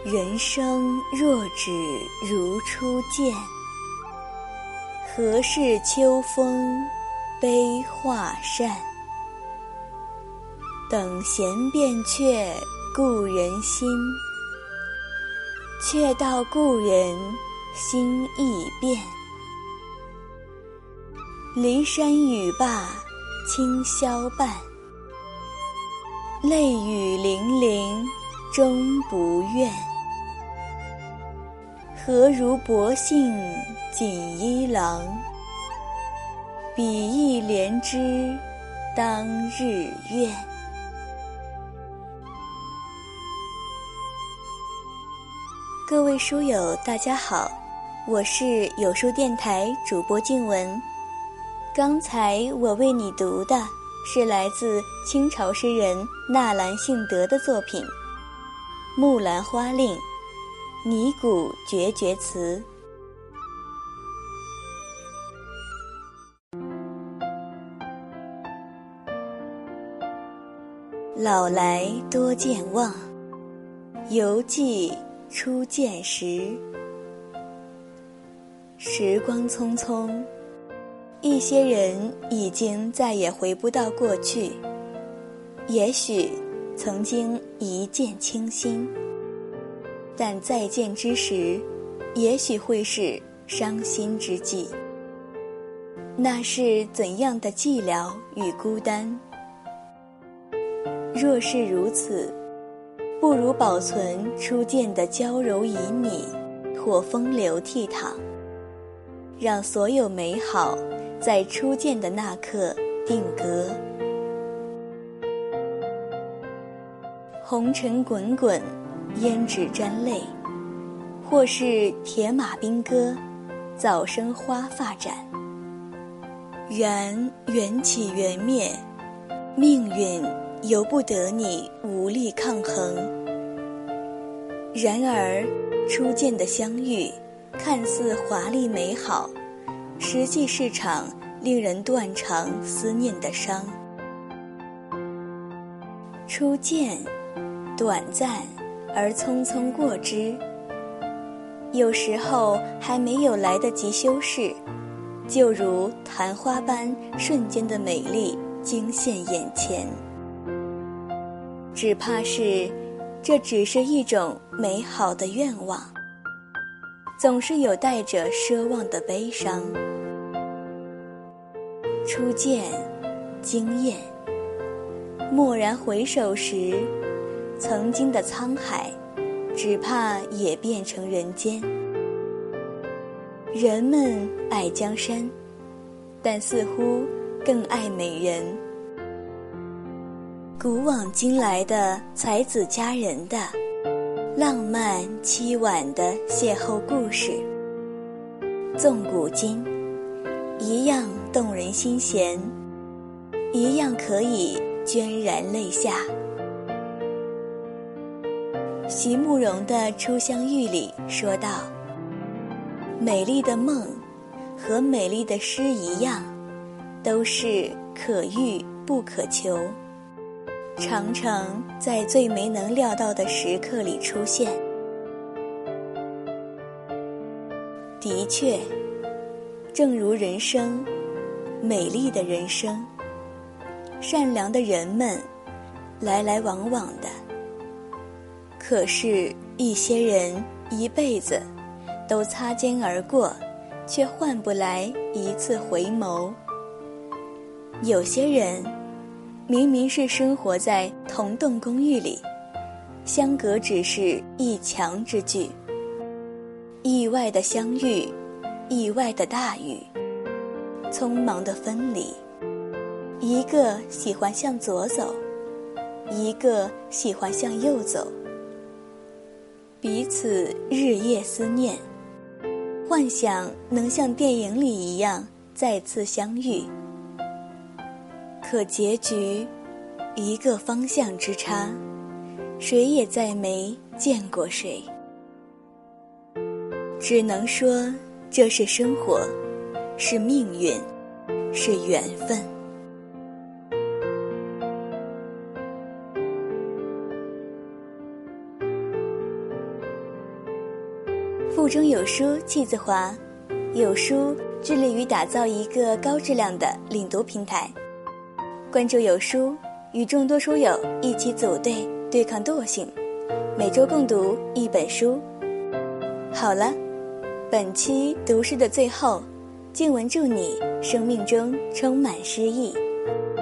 人生若只如初见，何事秋风悲画扇？等闲变却故人心，却道故人心易变。骊山语罢清宵半，泪雨霖铃终不怨。何如薄幸锦衣郎，比翼连枝当日愿。各位书友大家好，我是有书电台主播静文。刚才我为你读的是来自清朝诗人纳兰性德的作品《木兰花令·拟古绝绝词》。老来多健忘，犹记初见时。时光匆匆，一些人已经再也回不到过去，也许曾经一见倾心，但再见之时，也许会是伤心之际。那是怎样的寂寥与孤单？若是如此，不如保存初见的娇柔旖旎或风流倜傥，让所有美好在初见的那刻定格。红尘滚滚，胭脂沾泪，或是铁马兵戈，早生花发展。然缘起缘灭，命运由不得你无力抗衡。然而初见的相遇看似华丽美好，实际是场令人断肠思念的伤。初见短暂而匆匆过之，有时候还没有来得及修饰，就如昙花般瞬间的美丽惊现眼前。只怕是这只是一种美好的愿望，总是有带着奢望的悲伤。初见惊艳，蓦然回首时，曾经的沧海只怕也变成人间。人们爱江山，但似乎更爱美人。古往今来的才子佳人的浪漫凄婉的邂逅故事，纵古今，一样动人心弦，一样可以涓然泪下。席慕容的《初相遇》里说道，美丽的梦和美丽的诗一样，都是可遇不可求，常常在最没能料到的时刻里出现。的确，正如人生，美丽的人生，善良的人们，来来往往的。可是一些人一辈子都擦肩而过，却换不来一次回眸。有些人明明是生活在同栋公寓里，相隔只是一墙之距，意外的相遇，意外的大雨，匆忙的分离。一个喜欢向左走，一个喜欢向右走，彼此日夜思念，幻想能像电影里一样再次相遇。可结局一个方向之差，谁也再没见过谁。只能说这是生活，是命运，是缘分。 腹中有书气自华，有书致力于打造一个高质量的领读平台。关注有书，与众多书友一起组队对抗惰性，每周共读一本书。好了，本期读诗的最后，静文祝你生命中充满诗意。